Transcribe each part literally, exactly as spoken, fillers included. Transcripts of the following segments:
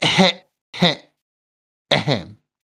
Eh, eh, eh.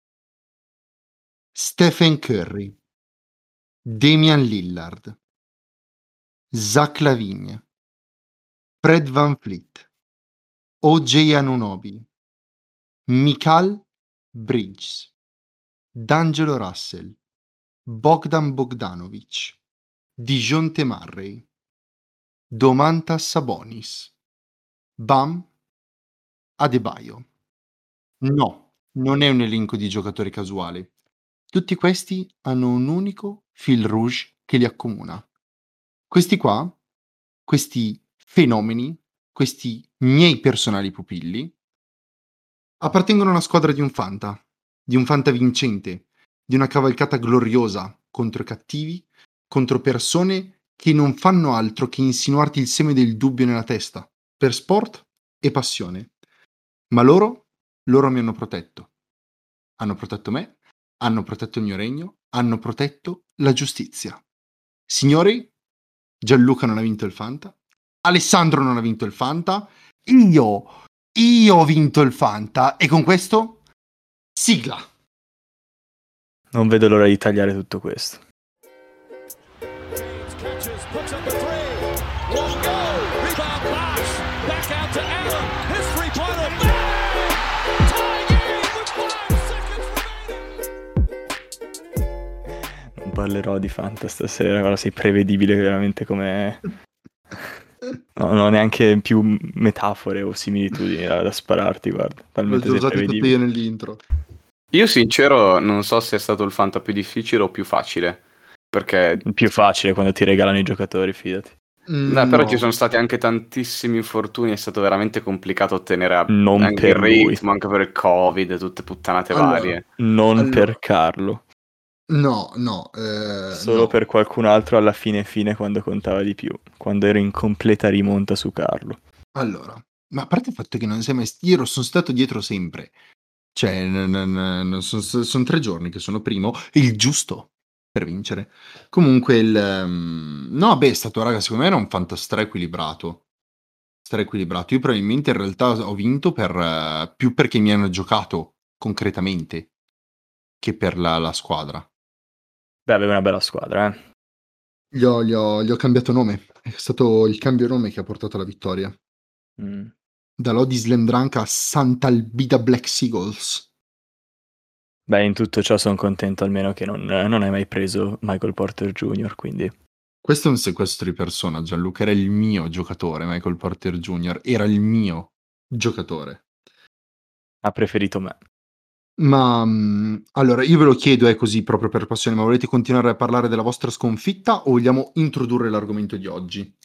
Stephen Curry, Damian Lillard, Zach LaVine, Fred VanVleet, O J Anunoby, Mikal Bridges, D'Angelo Russell, Bogdan Bogdanovic, Dejounte Murray, Domantas Sabonis, Bam Adebayo. No, non è un elenco di giocatori casuali. Tutti questi hanno un unico fil rouge che li accomuna. Questi qua, questi fenomeni, questi miei personali pupilli, appartengono a una squadra di un Fanta, di un Fanta vincente, di una cavalcata gloriosa contro i cattivi, contro persone che non fanno altro che insinuarti il seme del dubbio nella testa, per sport e passione. Ma loro, loro mi hanno protetto. Hanno protetto me, hanno protetto il mio regno, hanno protetto la giustizia. Signori, Gianluca non ha vinto il Fanta, Alessandro non ha vinto il Fanta, io, io ho vinto il Fanta e con questo, sigla! Non vedo l'ora di tagliare tutto questo. Non parlerò di Fanta stasera, guarda, sei prevedibile veramente come... No, non ho neanche più metafore o similitudini da, da spararti, guarda. Talmente sei prevedibile. Io nell'intro. Io sincero non so se è stato il Fanta più difficile o più facile, perché... Più facile quando ti regalano i giocatori, fidati. Mm, No, però no. ci sono stati anche tantissimi infortuni, è stato veramente complicato ottenere a- Non anche per il lui. ritmo, anche per il Covid, tutte puttanate Allora, varie. Non Allora. per Carlo. No, no. Eh, Solo no. per qualcun altro alla fine fine quando contava di più. Quando ero in completa rimonta su Carlo. Allora, ma a parte il fatto che non sei mai... Io sono stato dietro sempre. Cioè, n- n- n- sono, sono tre giorni che sono primo, il giusto per vincere. Comunque, il... ehm, no, beh, è stato, raga, secondo me era un Fanta stra-equilibrato. Stra-equilibrato. Io probabilmente in realtà ho vinto per, eh, più perché mi hanno giocato concretamente che per la, la squadra. Beh, aveva una bella squadra, eh. Gli ho, gli ho- gli ho cambiato nome. È stato il cambio nome che ha portato alla vittoria. Mm. Da Lodi Slamdrank a Sant'Albida Black Seagulls. Beh, in tutto ciò sono contento almeno che non, non hai mai preso Michael Porter Junior, quindi... Questo è un sequestro di persona, Gianluca. Era il mio giocatore, Michael Porter Junior Era il mio giocatore. Ha preferito me. Ma mh, allora, io ve lo chiedo, è così proprio per passione, ma volete continuare a parlare della vostra sconfitta o vogliamo introdurre l'argomento di oggi?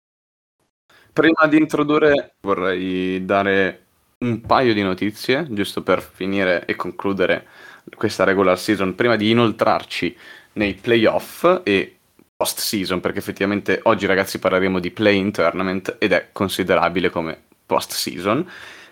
Prima di introdurre vorrei dare un paio di notizie, giusto per finire e concludere questa regular season, prima di inoltrarci nei playoff e post season, perché effettivamente oggi ragazzi parleremo di play-in tournament ed è considerabile come post season.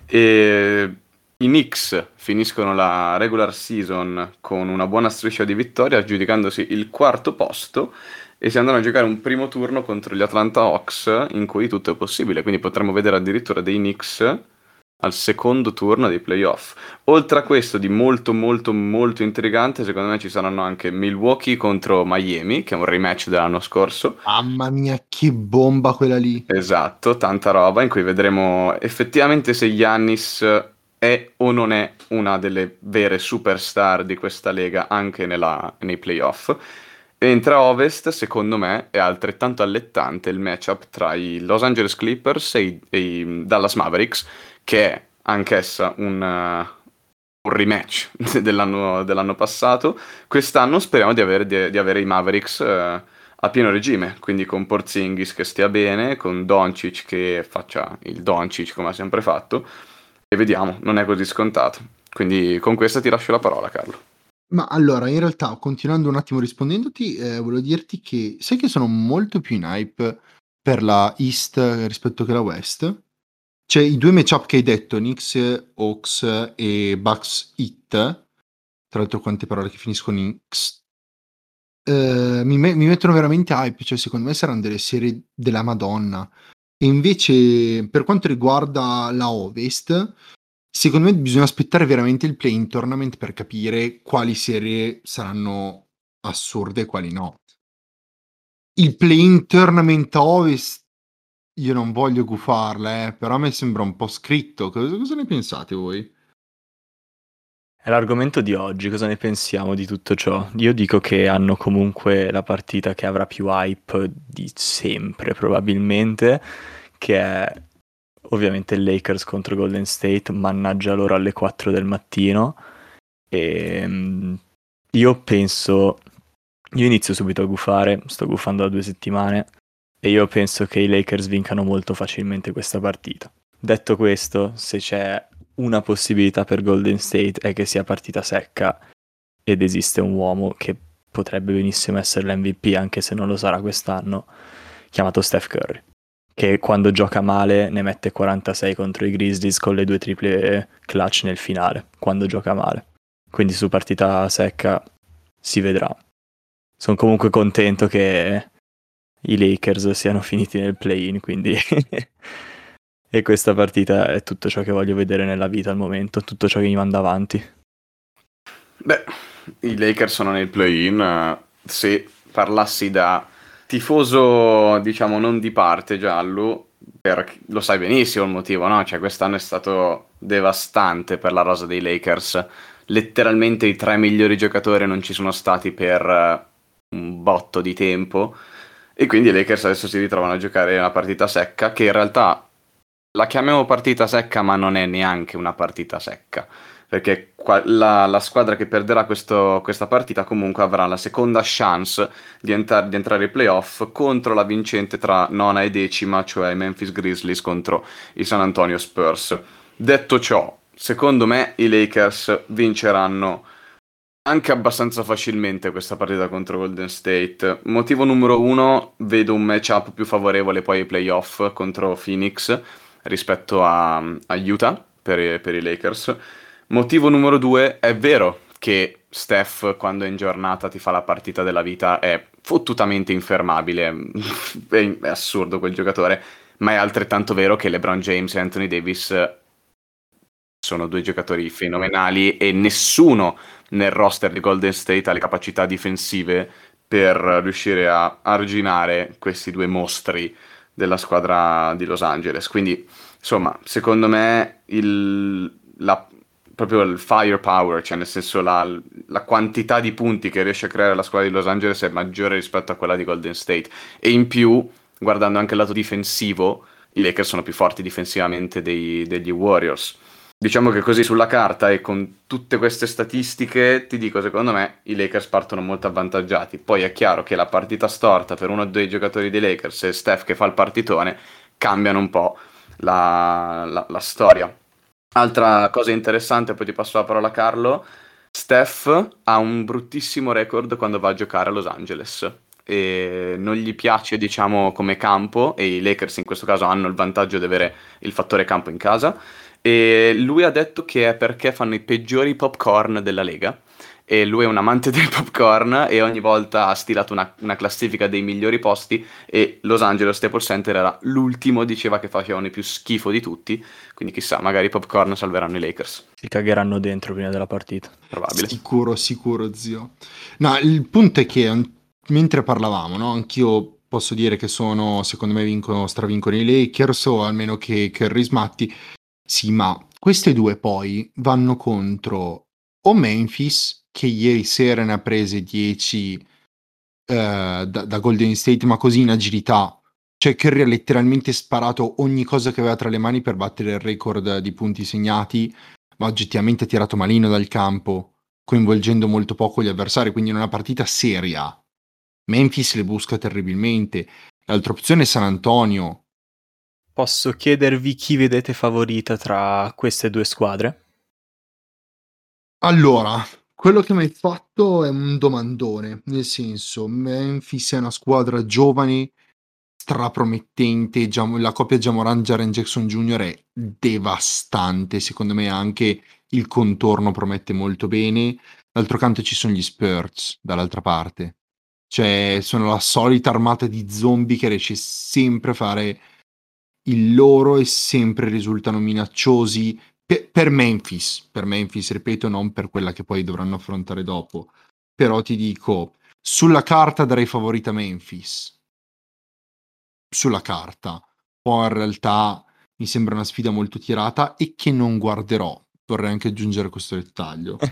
E i Knicks finiscono la regular season con una buona striscia di vittorie, aggiudicandosi il quarto posto, e si andranno a giocare un primo turno contro gli Atlanta Hawks in cui tutto è possibile, quindi potremmo vedere addirittura dei Knicks al secondo turno dei playoff. Oltre a questo di molto molto molto intrigante, secondo me ci saranno anche Milwaukee contro Miami, che è un rematch dell'anno scorso. Mamma mia, che bomba quella lì! Esatto, tanta roba in cui vedremo effettivamente se Giannis è o non è una delle vere superstar di questa lega anche nella- nei playoff. Mentre a Ovest, secondo me, è altrettanto allettante il matchup tra i Los Angeles Clippers e i, e i Dallas Mavericks, che è anch'essa un, eh, un rematch dell'anno, dell'anno passato. Quest'anno speriamo di avere, di, di avere i Mavericks eh, a pieno regime, quindi con Porzingis che stia bene, con Doncic che faccia il Doncic come ha sempre fatto, e vediamo, non è così scontato. Quindi con questa ti lascio la parola, Carlo. Ma allora, in realtà, continuando un attimo rispondendoti, eh, volevo dirti che sai che sono molto più in hype per la East rispetto che la West? Cioè, i due matchup che hai detto, Knicks, Hawks e Bucks Heat, tra l'altro quante parole che finiscono in X, eh, mi, me- mi mettono veramente hype, cioè secondo me saranno delle serie della Madonna. E invece, per quanto riguarda la Ovest, Secondo me bisogna aspettare veramente il play-in tournament per capire quali serie saranno assurde e quali no. Il play-in tournament a Ovest io non voglio gufarla, eh, però a me sembra un po' scritto. Cosa, cosa ne pensate voi? È l'argomento di oggi, cosa ne pensiamo di tutto ciò? Io dico che hanno comunque la partita che avrà più hype di sempre, probabilmente, che è ovviamente il Lakers contro Golden State, mannaggia loro alle quattro del mattino. E mm, io penso, io inizio subito a gufare, sto gufando da due settimane, e io penso che i Lakers vincano molto facilmente questa partita. Detto questo, se c'è una possibilità per Golden State è che sia partita secca ed esiste un uomo che potrebbe benissimo essere l'M V P, anche se non lo sarà quest'anno, chiamato Steph Curry, che quando gioca male ne mette quarantasei contro i Grizzlies con le due triple clutch nel finale, quando gioca male. Quindi su partita secca si vedrà. Sono comunque contento che i Lakers siano finiti nel play-in, quindi e questa partita è tutto ciò che voglio vedere nella vita al momento, tutto ciò che mi manda avanti. Beh, i Lakers sono nel play-in. Se parlassi da tifoso, diciamo, non di parte giallo, per, lo sai benissimo il motivo, no? Cioè, quest'anno è stato devastante per la rosa dei Lakers. Letteralmente i tre migliori giocatori non ci sono stati per un botto di tempo. E quindi i Lakers adesso si ritrovano a giocare una partita secca, che in realtà la chiamiamo partita secca, ma non è neanche una partita secca, perché qua- la, la squadra che perderà questo- questa partita comunque avrà la seconda chance di, entra- di entrare ai playoff contro la vincente tra nona e decima, cioè i Memphis Grizzlies contro i San Antonio Spurs. Detto ciò, secondo me i Lakers vinceranno anche abbastanza facilmente questa partita contro Golden State. Motivo numero uno, vedo un matchup più favorevole poi ai playoff contro Phoenix rispetto a, a Utah per, i- per i Lakers. Motivo numero due, è vero che Steph quando è in giornata ti fa la partita della vita, è fottutamente infermabile, è, è assurdo quel giocatore, ma è altrettanto vero che LeBron James e Anthony Davis sono due giocatori fenomenali e nessuno nel roster di Golden State ha le capacità difensive per riuscire a arginare questi due mostri della squadra di Los Angeles. Quindi, insomma, secondo me il, la, proprio il firepower, cioè nel senso la, la quantità di punti che riesce a creare la squadra di Los Angeles è maggiore rispetto a quella di Golden State. E in più, guardando anche il lato difensivo, i Lakers sono più forti difensivamente dei- degli Warriors. Diciamo che così sulla carta e con tutte queste statistiche, ti dico, secondo me i Lakers partono molto avvantaggiati. Poi è chiaro che la partita storta per uno dei giocatori dei Lakers e Steph che fa il partitone cambiano un po' la, la- la storia. Altra cosa interessante, poi ti passo la parola a Carlo. Steph ha un bruttissimo record quando va a giocare a Los Angeles e non gli piace, diciamo, come campo e i Lakers in questo caso hanno il vantaggio di avere il fattore campo in casa e lui ha detto che è perché fanno i peggiori popcorn della Lega e lui è un amante del popcorn e ogni volta ha stilato una, una classifica dei migliori posti e Los Angeles Staples Center era l'ultimo, diceva che facevano il più schifo di tutti, quindi chissà, magari i popcorn salveranno i Lakers. Si cagheranno dentro prima della partita. Probabile. Sicuro, sicuro, zio. No, il punto è che an- mentre parlavamo, no, anch'io posso dire che sono, secondo me, vincono, stravincono i Lakers o almeno che Curry smatti. Sì, ma queste due poi vanno contro o Memphis, che ieri sera ne ha prese dieci eh, da, da Golden State, ma così in agilità. Cioè, Curry ha letteralmente sparato ogni cosa che aveva tra le mani per battere il record di punti segnati, ma oggettivamente ha tirato malino dal campo, coinvolgendo molto poco gli avversari, quindi in una partita seria. Memphis le busca terribilmente. L'altra opzione è San Antonio. Posso chiedervi chi vedete favorita tra queste due squadre? Allora, quello che mi hai fatto è un domandone, nel senso, Memphis è una squadra giovane, strapromettente, Jam- la coppia Jamoran-Jaren Jackson Junior è devastante, secondo me anche il contorno promette molto bene. D'altro canto ci sono gli Spurs, dall'altra parte. Cioè, sono la solita armata di zombie che riesce sempre a fare il loro e sempre risultano minacciosi, per, per Memphis, per Memphis, ripeto, non per quella che poi dovranno affrontare dopo, però ti dico, sulla carta darei favorita Memphis, sulla carta, poi in realtà mi sembra una sfida molto tirata e che non guarderò, vorrei anche aggiungere questo dettaglio.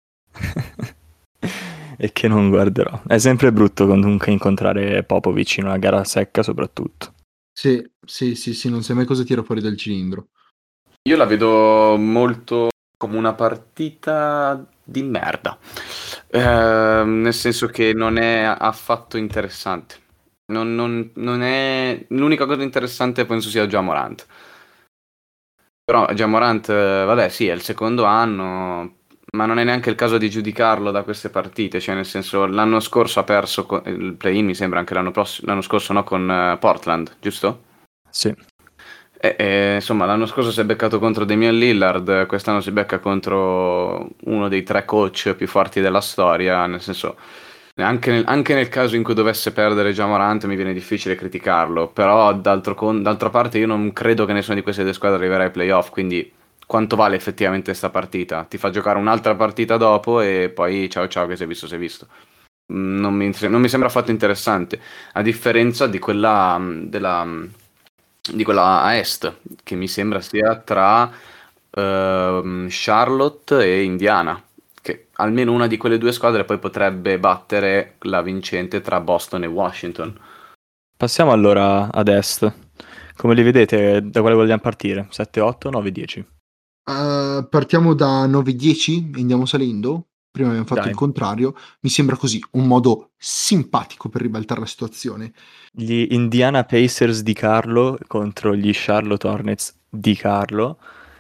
E che non guarderò. È sempre brutto comunque incontrare Popovic in una gara secca soprattutto. Sì, sì, sì, sì, non sai mai cosa tira fuori dal cilindro. Io la vedo molto come una partita di merda, eh, nel senso che non è affatto interessante. Non, non- non è... L'unica cosa interessante penso sia Ja Morant. Però Ja Morant, eh, vabbè, sì, è il secondo anno, ma non è neanche il caso di giudicarlo da queste partite. Cioè, nel senso, l'anno scorso ha perso co- il play-in, mi sembra anche l'anno prossimo, l'anno scorso, no, con eh, Portland, giusto? Sì. E, e, insomma, l'anno scorso si è beccato contro Damian Lillard, quest'anno si becca contro uno dei tre coach più forti della storia, nel senso, anche nel, anche nel caso in cui dovesse perdere Ja Morant mi viene difficile criticarlo, però d'altro con- d'altra parte io non credo che nessuna di queste due squadre arriverà ai playoff, quindi quanto vale effettivamente sta partita? Ti fa giocare un'altra partita dopo e poi ciao ciao che si è visto, si è visto. Mm, Non mi, non mi sembra affatto interessante, a differenza di quella mm, della mm, di quella a est, che mi sembra sia tra ehm, Charlotte e Indiana, che almeno una di quelle due squadre poi potrebbe battere la vincente tra Boston e Washington. Passiamo allora ad est. Come li vedete? Da quale vogliamo partire? sette, otto, nove, dieci? Uh, partiamo da nove dieci e andiamo salendo. Prima abbiamo fatto Dai. il contrario. Mi sembra così un modo simpatico per ribaltare la situazione. Gli Indiana Pacers di Carlo contro gli Charlotte Hornets di Carlo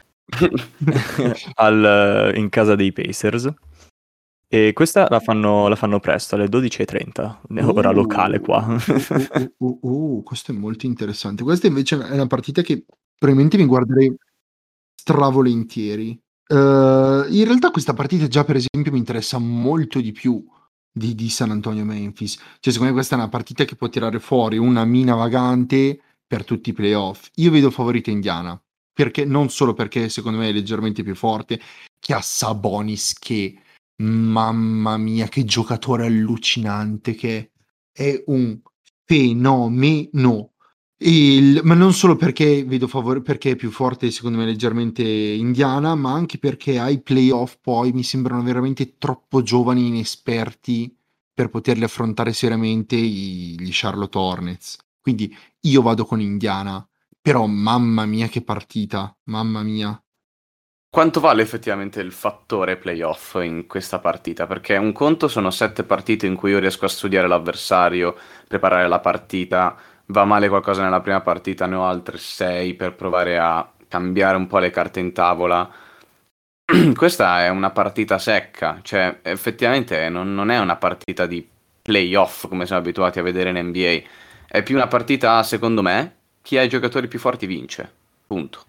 al, in casa dei Pacers. E questa la fanno, la fanno presto, alle dodici e trenta, ora locale qua. Uh, uh, uh, uh, uh, questo è molto interessante. Questa invece è una partita che probabilmente mi guarderei stravolentieri. Uh, in realtà questa partita già per esempio mi interessa molto di più di, di San Antonio Memphis. Cioè secondo me questa è una partita che può tirare fuori una mina vagante per tutti i playoff. Io vedo favorita Indiana, perché non solo perché secondo me è leggermente più forte, che ha Sabonis che, mamma mia, che giocatore allucinante che è, è un fenomeno. Il- ma non solo perché vedo favore, perché è più forte, secondo me, leggermente Indiana, ma anche perché ai playoff poi mi sembrano veramente troppo giovani e inesperti per poterli affrontare seriamente i- gli Charlotte Hornets. Quindi io vado con Indiana, però mamma mia che partita, mamma mia. Quanto vale effettivamente il fattore playoff in questa partita? Perché un conto sono sette partite in cui io riesco a studiare l'avversario, preparare la partita, va male qualcosa nella prima partita, ne ho altre sei per provare a cambiare un po' le carte in tavola. Questa è una partita secca, cioè effettivamente non, non è una partita di playoff come siamo abituati a vedere in N B A, è più una partita, secondo me, chi ha i giocatori più forti vince. Punto.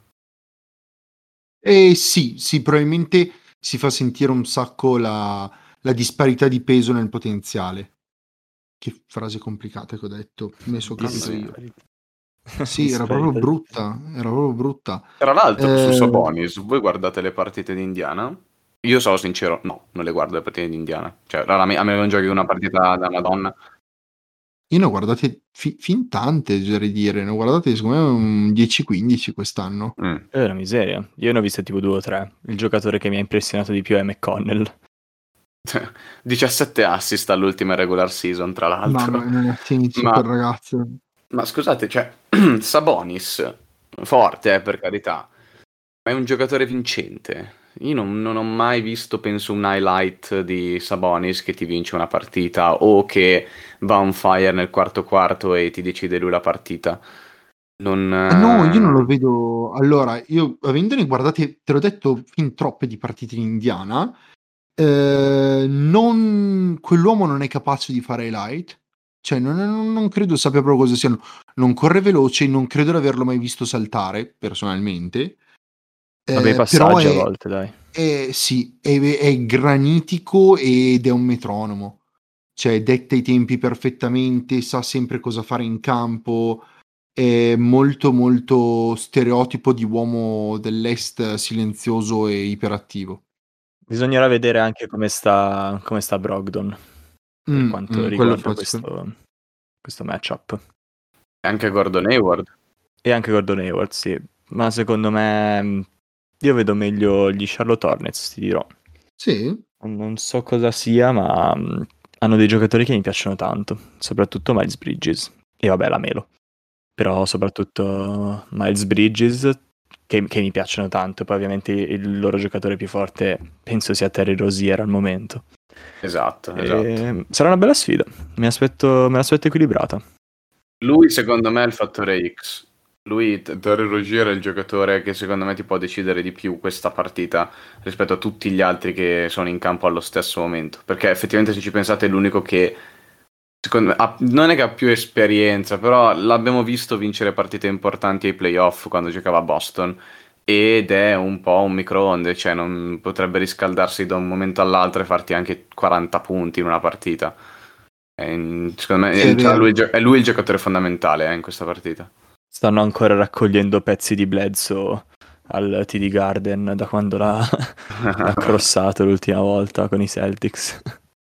E sì, sì, probabilmente si fa sentire un sacco la, la disparità di peso nel potenziale. Che frase complicata che ho detto, messo capito io. Sì, era proprio Disparità. brutta, era proprio brutta. Tra l'altro, su Eh, Sabonis, voi guardate le partite di Indiana? Io sono sincero, no, non le guardo le partite di Indiana. Cioè, raramente, a meno che non giochi una partita da Madonna. io ne ho guardate fi- fin tante, oserei dire, ne ho guardate secondo me un dieci quindici quest'anno. Mm. È una miseria. Io ne ho viste tipo due o tre. Il giocatore che mi ha impressionato di più è McConnell. diciassette assist all'ultima regular season, tra Mamma l'altro. mia, non ha senso Ma, quel ragazzo. ma scusate, cioè, Sabonis, forte, eh, per carità, ma è un giocatore vincente. Io non, non ho mai visto, penso, un highlight di Sabonis che ti vince una partita o che va on fire nel quarto quarto e ti decide lui la partita. Non, Ah no, io non lo eh, vedo. Allora, io avendone guardate, te l'ho detto, fin troppe di partite in Indiana, eh, non, quell'uomo non è capace di fare highlight. Cioè, non, non- non credo sappia proprio cosa siano. Non corre veloce, non credo di averlo mai visto saltare, personalmente. Ha bei Eh, però passaggi a è, volte, dai. è- sì, è, è granitico ed è un metronomo. Cioè, detta i tempi perfettamente, sa sempre cosa fare in campo. è molto molto stereotipo di uomo dell'est silenzioso e iperattivo. Bisognerà vedere anche come sta, come sta Brogdon per Mm, quanto mm, quello riguarda pazzo. questo, questo matchup. E anche Gordon Hayward. E anche Gordon Hayward, sì. Ma secondo me mh, io vedo meglio gli Charlotte Hornets, ti dirò. Sì? Non so cosa sia, ma mh, hanno dei giocatori che mi piacciono tanto, soprattutto Miles Bridges. E vabbè, la Melo. Però soprattutto Miles Bridges, che, che mi piacciono tanto. Poi ovviamente il loro giocatore più forte penso sia Terry Rozier al momento. Esatto, E esatto. sarà una bella sfida, mi aspetto, me l'aspetto equilibrata. Lui secondo me è il fattore X. Lui, Terry Rozier, è il giocatore che secondo me ti può decidere di più questa partita rispetto a tutti gli altri che sono in campo allo stesso momento. Perché effettivamente se ci pensate è l'unico che, secondo me, ha- non è che ha più esperienza, però l'abbiamo visto vincere partite importanti ai playoff quando giocava a Boston. Ed è un po' un microonde, cioè non potrebbe riscaldarsi da un momento all'altro e farti anche quaranta punti in una partita. È- secondo me Sì, è è, sarà lui, vero. il gio- è lui il giocatore fondamentale eh, in questa partita. Stanno ancora raccogliendo pezzi di Bledsoe al T D Garden da quando l'ha, l'ha crossato l'ultima volta con i Celtics.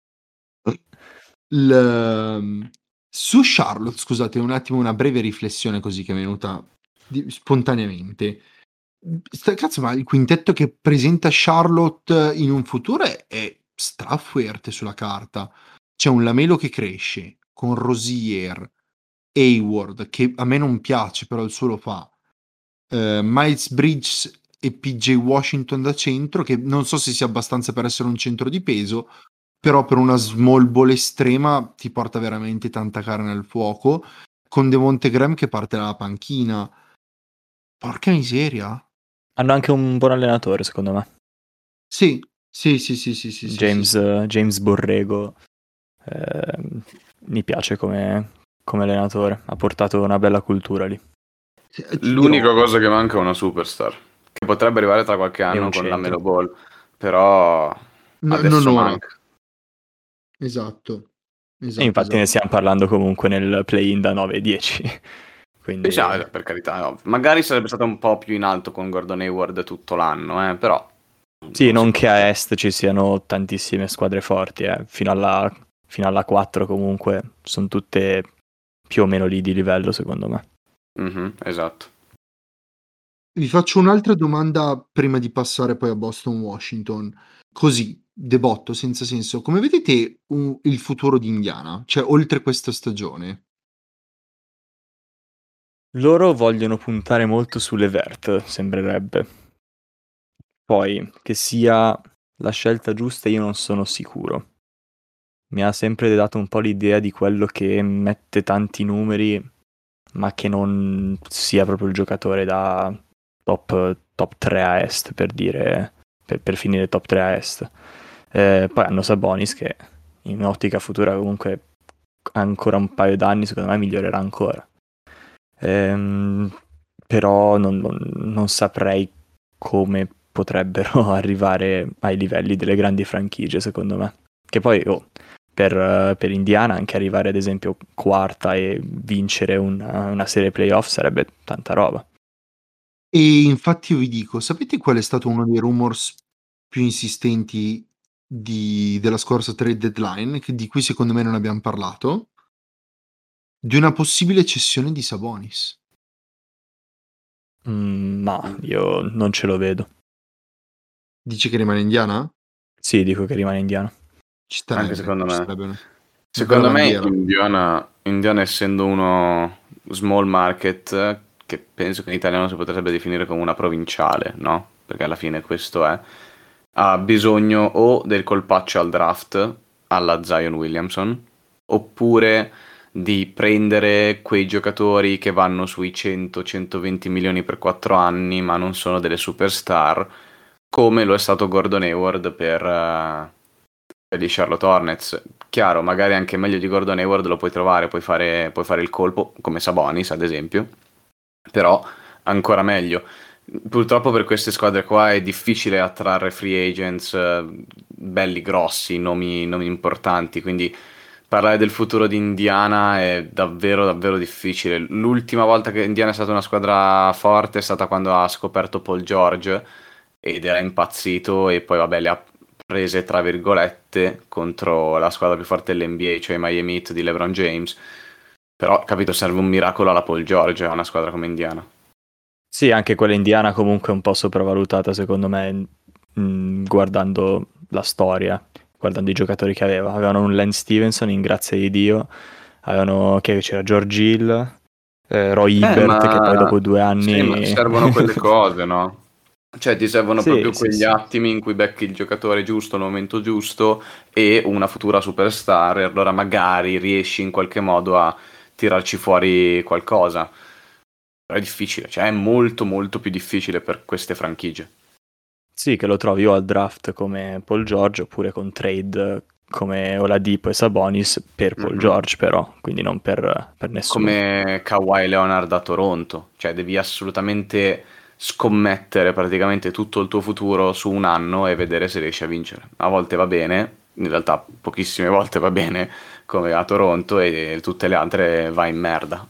Il, ehm, su Charlotte, scusate, un attimo una breve riflessione così che mi è venuta di- spontaneamente. Sta- cazzo, ma il quintetto che presenta Charlotte in un futuro è, è strafuerte sulla carta. C'è un Lamelo che cresce, con Rosier, Hayward, che a me non piace, però il suo lo fa. eh, Miles Bridges e P J Washington da centro, che non so se sia abbastanza per essere un centro di peso, però per una small ball estrema ti porta veramente tanta carne al fuoco, con Devonte Graham che parte dalla panchina. Porca miseria. Hanno anche un buon allenatore, secondo me. Sì, sì, sì, sì, sì, sì, sì, sì, James, sì. eh, James Borrego. eh, mi piace come, come allenatore. Ha portato una bella cultura lì. Eh, Ti L'unica dirò, cosa che manca è una superstar, che potrebbe arrivare tra qualche E anno un con la Melo centro. Ball, però no- non adesso ora. manca. Esatto, E esatto, infatti ne esatto. stiamo parlando comunque nel play-in da nove dieci. Sì, sì, Quindi ah, per carità, no. Magari sarebbe stato un po' più in alto con Gordon Hayward tutto l'anno, eh, però sì, non si non può che a sapere. est ci siano tantissime squadre forti, eh. Fino alla, fino alla quattro comunque sono tutte più o meno lì di livello, secondo me. Mhm, esatto. Vi faccio un'altra domanda prima di passare poi a Boston Washington. Così, debotto, senza senso. Come vedete un- il futuro di Indiana? Cioè, oltre questa stagione? Loro vogliono puntare molto sulle vert, sembrerebbe. Poi, che sia la scelta giusta, io non sono sicuro. Mi ha sempre dato un po' l'idea di quello che mette tanti numeri, ma che non sia proprio il giocatore da top, top tre a est, per dire, per, per finire top tre a est. Eh, poi hanno Sabonis che in ottica futura comunque ancora un paio d'anni secondo me migliorerà ancora. Ehm, però non, non- non saprei come potrebbero arrivare ai livelli delle grandi franchigie, secondo me. Che poi, oh, per, eh, per Indiana anche arrivare ad esempio quarta e vincere una, una serie playoff sarebbe tanta roba. E infatti io vi dico, sapete qual è stato uno dei rumors più insistenti di- della scorsa trade deadline, che- di cui secondo me non abbiamo parlato? Di una possibile cessione di Sabonis. Mm, ma io non ce lo vedo. Dici che rimane Indiana? Sì, dico che rimane Indiana. Ci Anche starebbe, secondo ci me. starebbe una, una bella Secondo me bandiera. Indiana, Indiana essendo uno small market, che penso che in italiano si potrebbe definire come una provinciale, no? Perché alla fine questo è, ha bisogno o del colpaccio al draft alla Zion Williamson, oppure di prendere quei giocatori che vanno sui cento centoventi milioni per quattro anni, ma non sono delle superstar, come lo è stato Gordon Hayward per, eh, per gli Charlotte Hornets. Chiaro, magari anche meglio di Gordon Hayward lo puoi trovare, puoi fare, puoi fare il colpo, come Sabonis ad esempio, però ancora meglio. Purtroppo per queste squadre qua è difficile attrarre free agents eh, belli grossi, nomi, nomi importanti, quindi parlare del futuro di Indiana è davvero davvero difficile. L'ultima volta che Indiana è stata una squadra forte è stata quando ha scoperto Paul George ed era impazzito e poi vabbè le ha prese tra virgolette contro la squadra più forte dell'N B A, cioè i Miami Heat di LeBron James. Però, capito, serve un miracolo alla Paul George a una squadra come Indiana. Sì, anche quella indiana comunque è un po' sopravvalutata secondo me, mh, guardando la storia, guardando i giocatori che aveva. Avevano un Lance Stevenson, in grazia di Dio, avevano che c'era George Hill, eh, Roy Eh, Hibbert che poi ma dopo due sì, ma anni... servono quelle cose, no? Cioè ti servono Sì, proprio sì, quegli sì. attimi in cui becchi il giocatore giusto al momento giusto e una futura superstar, e allora magari riesci in qualche modo a tirarci fuori qualcosa. Però è difficile, cioè è molto molto più difficile per queste franchigie. Sì, che lo trovi o al draft come Paul George oppure con trade come Oladipo e Sabonis per Paul Mhm. George però, quindi non per, per nessuno. Come Kawhi Leonard a Toronto, cioè devi assolutamente scommettere praticamente tutto il tuo futuro su un anno e vedere se riesci a vincere. A volte va bene, in realtà pochissime volte va bene, come a Toronto, e tutte le altre va in merda.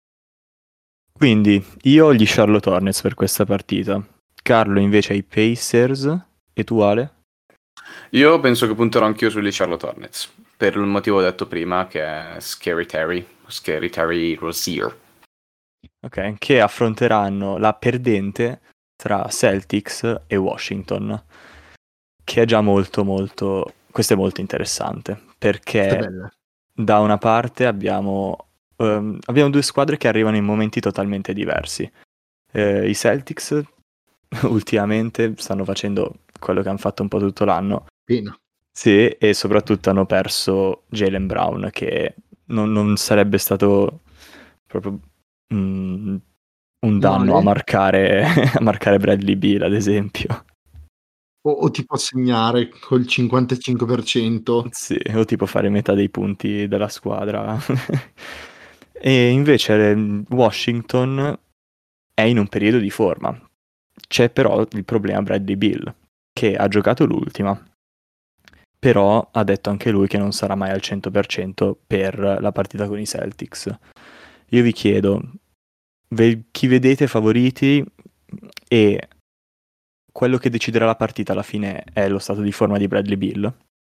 Quindi io ho gli Charlotte Hornets per questa partita, Carlo invece ha i Pacers e tu Ale? Io penso che punterò anch'io sugli Charlotte Hornets, per il motivo detto prima, che è Scary Terry, Scary Terry Rozier. Ok, che affronteranno la perdente tra Celtics e Washington, che è già molto molto, questo è molto interessante, Questa è perché bella. da una parte abbiamo, ehm, abbiamo due squadre che arrivano in momenti totalmente diversi. Eh, i Celtics ultimamente stanno facendo quello che hanno fatto un po' tutto l'anno, Pieno. sì, e soprattutto hanno perso Jaylen Brown, che non, non sarebbe stato proprio mm, un danno a Male. marcare, a marcare Bradley Beal, ad esempio. O, o ti può segnare col cinquantacinque per cento. Sì, o tipo fare metà dei punti della squadra. E invece mm, Washington è in un periodo di forma. C'è però il problema Bradley Beal, che ha giocato l'ultima, però ha detto anche lui che non sarà mai al cento per cento per la partita con i Celtics. Io vi chiedo, ve- chi vedete favoriti e quello che deciderà la partita alla fine è lo stato di forma di Bradley Beal?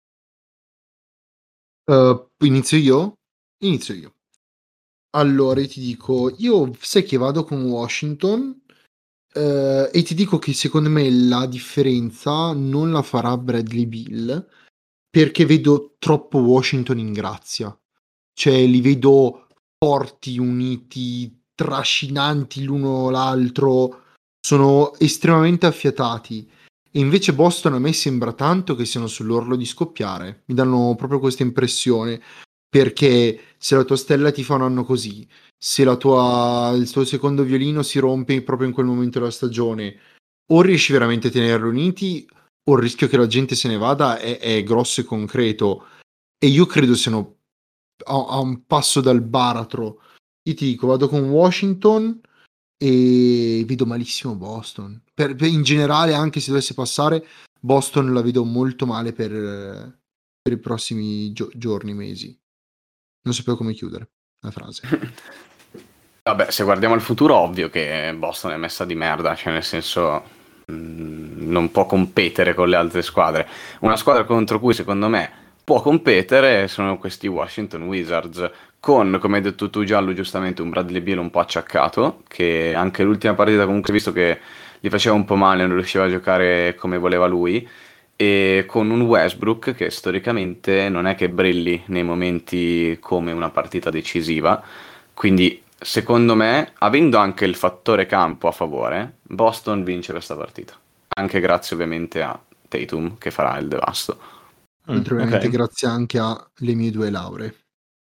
Uh, inizio io? Inizio io. Allora, io ti dico, io sai che vado con Washington eh, e ti dico che secondo me la differenza non la farà Bradley Beal perché vedo troppo Washington in grazia. Cioè, li vedo forti, uniti, trascinanti l'uno l'altro, sono estremamente affiatati. E invece Boston a me sembra tanto che siano sull'orlo di scoppiare. Mi danno proprio questa impressione. Perché se la tua stella ti fa un anno così, se la tua, il tuo secondo violino si rompe proprio in quel momento della stagione, o riesci veramente a tenerli uniti, o il rischio che la gente se ne vada è, è grosso e concreto. E io credo siano a, a un passo dal baratro. Io ti dico, vado con Washington e vedo malissimo Boston. Per, per- in generale, anche se dovesse passare, Boston la vedo molto male per, per i prossimi gio- giorni, mesi. Non sapevo come chiudere la frase. Vabbè, se guardiamo al futuro, ovvio che Boston è messa di merda, cioè nel senso mh, non può competere con le altre squadre. Una squadra contro cui secondo me può competere sono questi Washington Wizards, con, come hai detto tu Giallo, giustamente un Bradley Beal un po' acciaccato, che anche l'ultima partita comunque visto che gli faceva un po' male, non riusciva a giocare come voleva lui, e con un Westbrook che storicamente non è che brilli nei momenti come una partita decisiva. Quindi, secondo me, avendo anche il fattore campo a favore, Boston vince questa partita. Anche grazie ovviamente a Tatum che farà il devasto. Mm, Oltre ovviamente ok. grazie anche alle mie due lauree.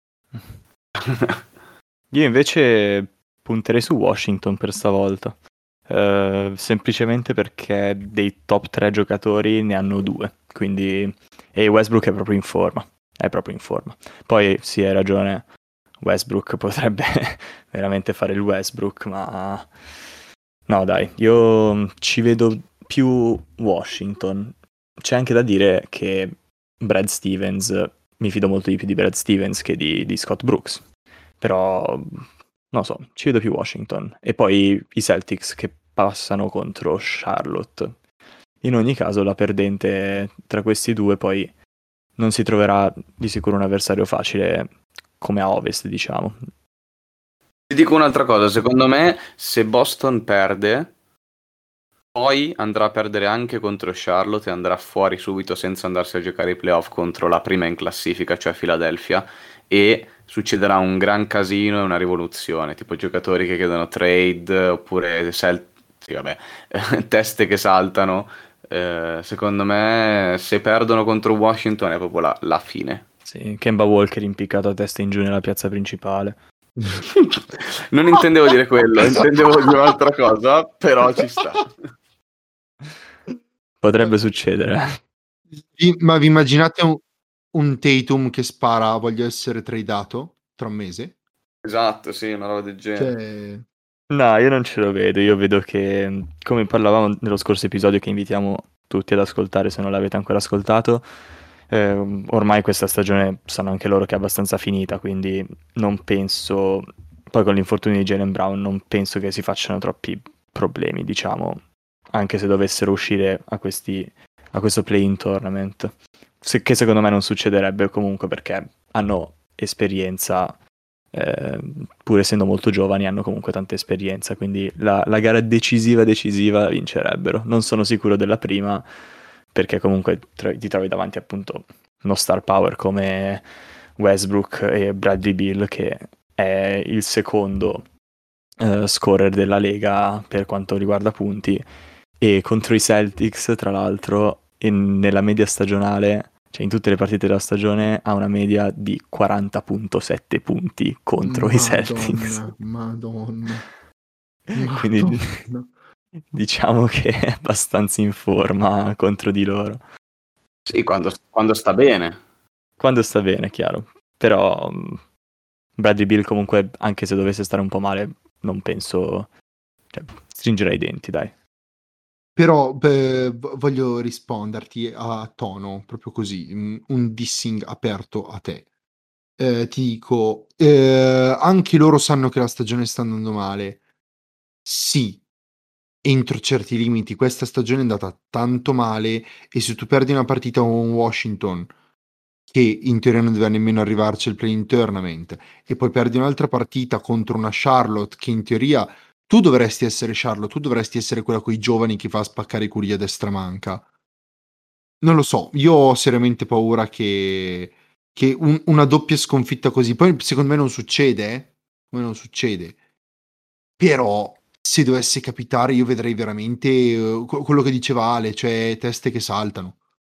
Io invece punterei su Washington per stavolta. Eh, semplicemente perché dei top tre giocatori ne hanno due. Quindi... E Westbrook è proprio in forma. È proprio in forma. Poi sì, hai ragione. Westbrook potrebbe veramente fare il Westbrook, ma... No, dai, io ci vedo più Washington. C'è anche da dire che Brad Stevens mi fido molto di più di Brad Stevens che di, di Scott Brooks. Però, non so, ci vedo più Washington. E poi i Celtics che passano contro Charlotte. In ogni caso, la perdente tra questi due poi non si troverà di sicuro un avversario facile come a Ovest, diciamo. Ti dico un'altra cosa, secondo me se Boston perde, poi andrà a perdere anche contro Charlotte e andrà fuori subito senza andarsi a giocare i playoff contro la prima in classifica, cioè Philadelphia, e succederà un gran casino e una rivoluzione, tipo giocatori che chiedono trade oppure sel- sì, vabbè, teste che saltano. Eh, secondo me se perdono contro Washington è proprio la, la fine. Sì, Kemba Walker impiccato a testa in giù nella piazza principale. Non intendevo dire quello, intendevo dire un'altra cosa, però ci sta. Potrebbe succedere. Vi- ma vi immaginate un, un Tatum che spara voglio essere tradato tra un mese? Esatto, sì, una roba del genere. Cioè, No, io non ce lo vedo. Io vedo che, come parlavamo nello scorso episodio, che invitiamo tutti ad ascoltare se non l'avete ancora ascoltato, ehm, ormai questa stagione sanno anche loro che è abbastanza finita, quindi non penso, poi con l'infortunio di Jaylen Brown, non penso che si facciano troppi problemi, diciamo, anche se dovessero uscire a, questi, a questo play-in tournament. Se- che secondo me non succederebbe comunque perché hanno esperienza. Eh, pur essendo molto giovani hanno comunque tanta esperienza, quindi la, la gara decisiva decisiva vincerebbero. Non sono sicuro della prima perché comunque tro- ti trovi davanti appunto uno star power come Westbrook e Bradley Beal che è il secondo eh, scorer della Lega per quanto riguarda punti, e contro i Celtics tra l'altro in- nella media stagionale, cioè in tutte le partite della stagione, ha una media di quaranta virgola sette punti contro i Celtics. Madonna, Quindi Madonna. diciamo che è abbastanza in forma contro di loro. Sì, quando, quando sta bene. Quando sta bene, chiaro. Però mh, Bradley Beal comunque, anche se dovesse stare un po' male, non penso... Cioè, stringerà i denti, dai. Però beh, v- voglio risponderti a tono, proprio così, mm, un dissing aperto a te. Eh, ti dico, eh, anche loro sanno che la stagione sta andando male. Sì, entro certi limiti, questa stagione è andata tanto male e se tu perdi una partita con Washington, che in teoria non doveva nemmeno arrivarci al play-in tournament, e poi perdi un'altra partita contro una Charlotte che in teoria tu dovresti essere Charlotte, tu dovresti essere quella con i giovani che fa spaccare i culi a destra manca. Non lo so, io ho seriamente paura che, che un- una doppia sconfitta così, poi secondo me non succede, eh? Come non succede, però se dovesse capitare io vedrei veramente eh, que- quello che diceva Ale, cioè teste che saltano.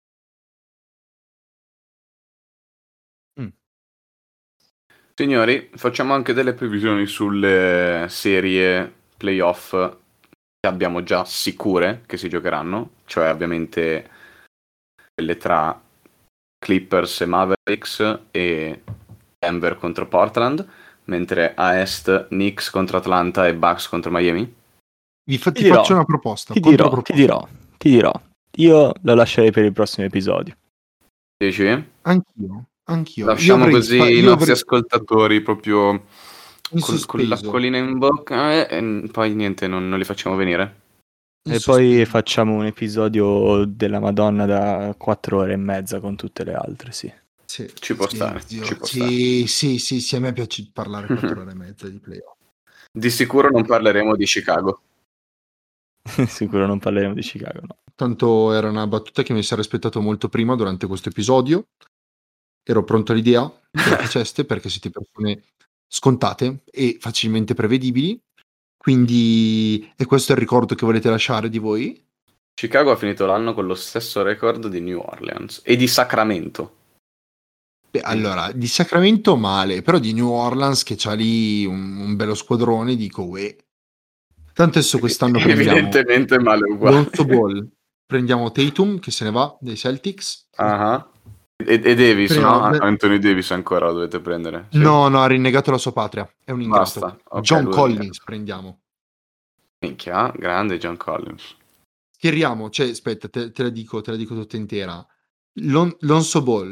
Mm. Signori, facciamo anche delle previsioni sulle serie playoff che abbiamo già sicure che si giocheranno, cioè ovviamente quelle tra Clippers e Mavericks e Denver contro Portland, mentre a Est Knicks contro Atlanta e Bucks contro Miami. Vi fa- Ti ti dirò, faccio una proposta, ti dirò, ti controproposta. dirò, ti dirò. Io lo lascerei per il prossimo episodio. Dici? Anch'io, anch'io. Io Lasciamo avrei, così spa- i io nostri avrei ascoltatori proprio in col- con sospeso, l'acquolina in bocca eh, e poi niente, non, non li facciamo venire. in E poi sospeso. facciamo un episodio della Madonna da quattro ore e mezza con tutte le altre, sì. Sì, Ci può sì, stare, zio. ci può stare. Sì, sì, sì, sì, a me piace parlare quattro ore e mezza di playoff. Di sicuro non parleremo di Chicago. Sicuro non parleremo di Chicago, no. Tanto era una battuta che mi sarei aspettato molto prima durante questo episodio. Ero pronto all'idea che la faceste perché siete persone scontate e facilmente prevedibili. Quindi, e questo è il ricordo che volete lasciare di voi? Chicago ha finito l'anno con lo stesso record di New Orleans e di Sacramento. Beh, allora, di Sacramento male, però di New Orleans che c'ha lì un, un bello squadrone, dico, uè. Tanto adesso quest'anno prendiamo Evidentemente male uguale. Lonzo Ball, prendiamo Tatum che se ne va dai Celtics. Ah. E, e Davis, no? Prendiamo, beh, Anthony Davis ancora lo dovete prendere. Sì? no, no, ha rinnegato la sua patria, è un ingrato. Basta. Ok, John lui è Collins rinnegato. prendiamo. Minchia, grande John Collins. Schieriamo, cioè, aspetta, te, te la dico, te la dico tutta intera. Lon- Lonzo Ball,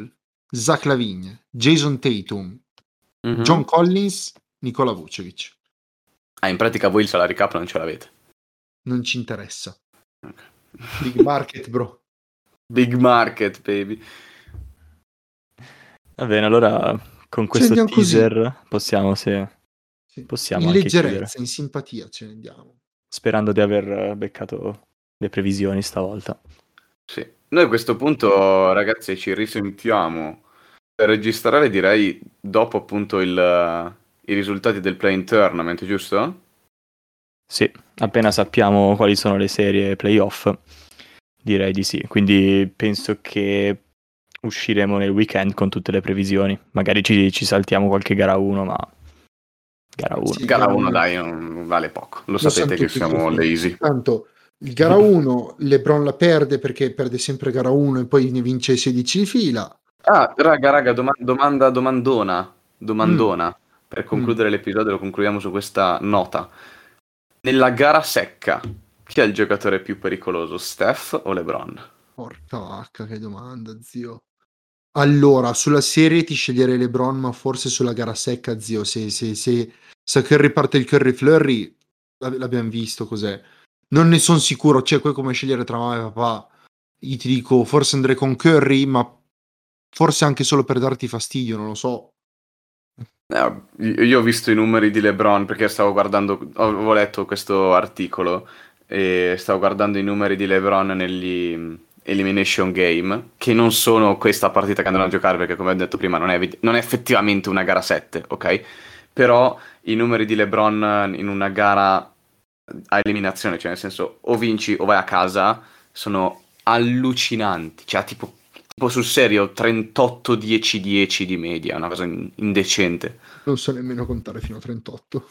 Zach LaVine, Jason Tatum, Mhm. John Collins, Nikola Vucevic. Ah, in pratica voi il salary cap non ce l'avete. Non ci interessa. Ok. Big market, bro. Big market, baby. Va bene, allora con Ce questo ne andiamo così. teaser possiamo, se Sì. possiamo In anche chiudere. leggerezza, in simpatia ce ne andiamo. Sperando di aver beccato le previsioni stavolta. Sì. Noi a questo punto, ragazzi, ci risentiamo per registrare, direi, dopo appunto il, i risultati del play-in tournament, giusto? Sì, appena sappiamo quali sono le serie playoff, direi di sì. Quindi penso che usciremo nel weekend con tutte le previsioni. Magari ci, ci saltiamo qualche gara uno, ma gara uno. Sì, Gara gara uno, uno. dai, non vale poco. Lo Lo sanno sapete che tutti siamo così. lazy. Tanto il gara uno LeBron la perde perché perde sempre gara uno e poi ne vince sedici di fila. Ah, raga, raga, doma- domanda, domandona, Mm. domandona. Per Mm. concludere l'episodio lo concludiamo su questa nota. Nella gara secca, chi è il giocatore più pericoloso, Steph o LeBron? Porca vacca, che domanda, zio. Allora, sulla serie ti sceglierei LeBron, ma forse sulla gara secca, zio, se, se, se, se Curry parte il Curry Flurry, l'ab- l'abbiamo visto cos'è. Non ne sono sicuro, cioè, qua è come scegliere tra mamma e papà. Io ti dico, forse andrei con Curry, ma forse anche solo per darti fastidio, non lo so. Eh, io ho visto i numeri di LeBron perché stavo guardando, avevo letto questo articolo e stavo guardando i numeri di LeBron negli mm, Elimination Game, che non sono questa partita che andranno a giocare perché come ho detto prima non è, evi- non è effettivamente una gara sette, ok? Però i numeri di LeBron in una gara a eliminazione, cioè nel senso o vinci o vai a casa, sono allucinanti, cioè tipo, tipo sul serio trentotto dieci dieci di media, una cosa in- indecente. Non so nemmeno contare fino a trentotto.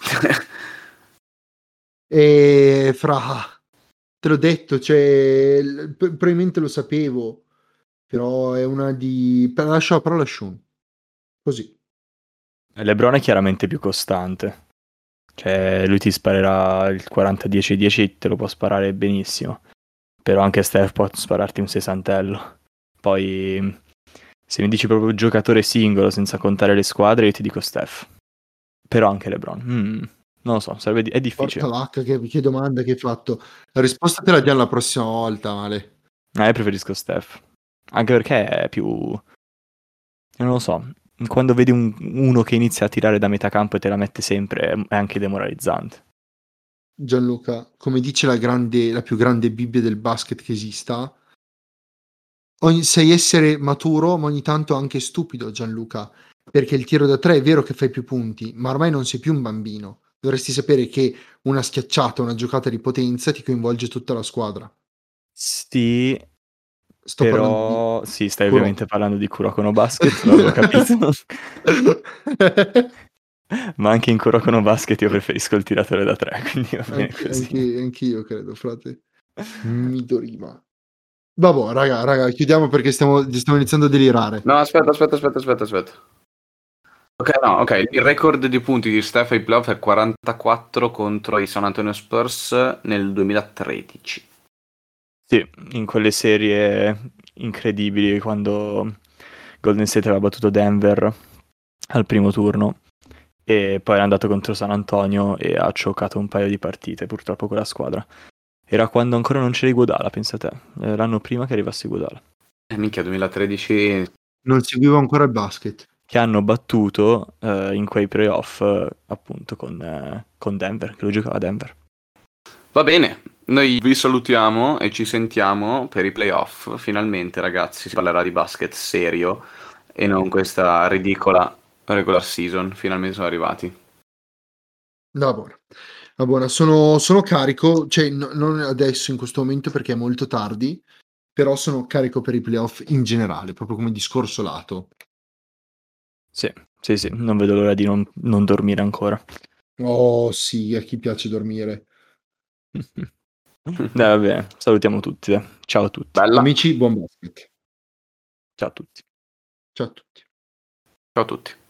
E fra, te l'ho detto, cioè, l- p- probabilmente lo sapevo, però è una di... per- Lascio la parola a Shun, così. LeBron è chiaramente più costante. Cioè, lui ti sparerà il quaranta dieci dieci, te lo può sparare benissimo. Però anche Steph può spararti un sessantello. Poi, se mi dici proprio giocatore singolo senza contare le squadre, io ti dico Steph. Però anche LeBron. Mm, non lo so, sarebbe di- è Porca difficile. vacca, che, che domanda che hai fatto. La risposta te la diamo la prossima volta, Male. Ah, io preferisco Steph. Anche perché è più... non lo so. Quando vedi un- uno che inizia a tirare da metà campo e te la mette sempre, è- è anche demoralizzante. Gianluca, come dice la grande, la più grande Bibbia del basket che esista, ogni, sai essere maturo, ma ogni tanto anche stupido, Gianluca, perché il tiro da tre è vero che fai più punti, ma ormai non sei più un bambino. Dovresti sapere che una schiacciata, una giocata di potenza ti coinvolge tutta la squadra. Sì, Sto parlando di però... Sì, stai Kuroko. ovviamente parlando di Kuroko no Basket, l'avevo capito. Ma anche in Kuroko no Basket io preferisco il tiratore da tre, quindi va bene anche, così. anche, anche io credo, frate. Midorima. Vabbè, raga, raga, chiudiamo perché stiamo, stiamo iniziando a delirare. No, aspetta, aspetta, aspetta, aspetta, aspetta. Ok, no, ok, il record di punti di Steph ai playoff è quarantaquattro contro i San Antonio Spurs nel duemilatredici. Sì, in quelle serie incredibili quando Golden State aveva battuto Denver al primo turno e poi è andato contro San Antonio e ha giocato un paio di partite, purtroppo quella squadra. Era quando ancora non c'era Iguodala, pensa te, eh, l'anno prima che arrivasse Iguodala. Eh, minchia, duemilatredici. Non seguivo ancora il basket. Che hanno battuto eh, in quei playoff eh, appunto con, eh, con Denver, che lo giocava a Denver. Va bene, noi vi salutiamo e ci sentiamo per i playoff. Finalmente, ragazzi, si parlerà di basket serio e non questa ridicola regular season. Finalmente sono arrivati. Va buona. Va buona. Sono, sono carico, cioè no- non adesso in questo momento perché è molto tardi, però sono carico per i playoff in generale, proprio come discorso lato. Sì, sì, sì, non vedo l'ora di non, non dormire ancora. Oh sì, a chi piace dormire. Dai, va bene, salutiamo tutti. Dai. Ciao a tutti. Bella. Amici, buon basket. Ciao a tutti. Ciao a tutti. Ciao a tutti.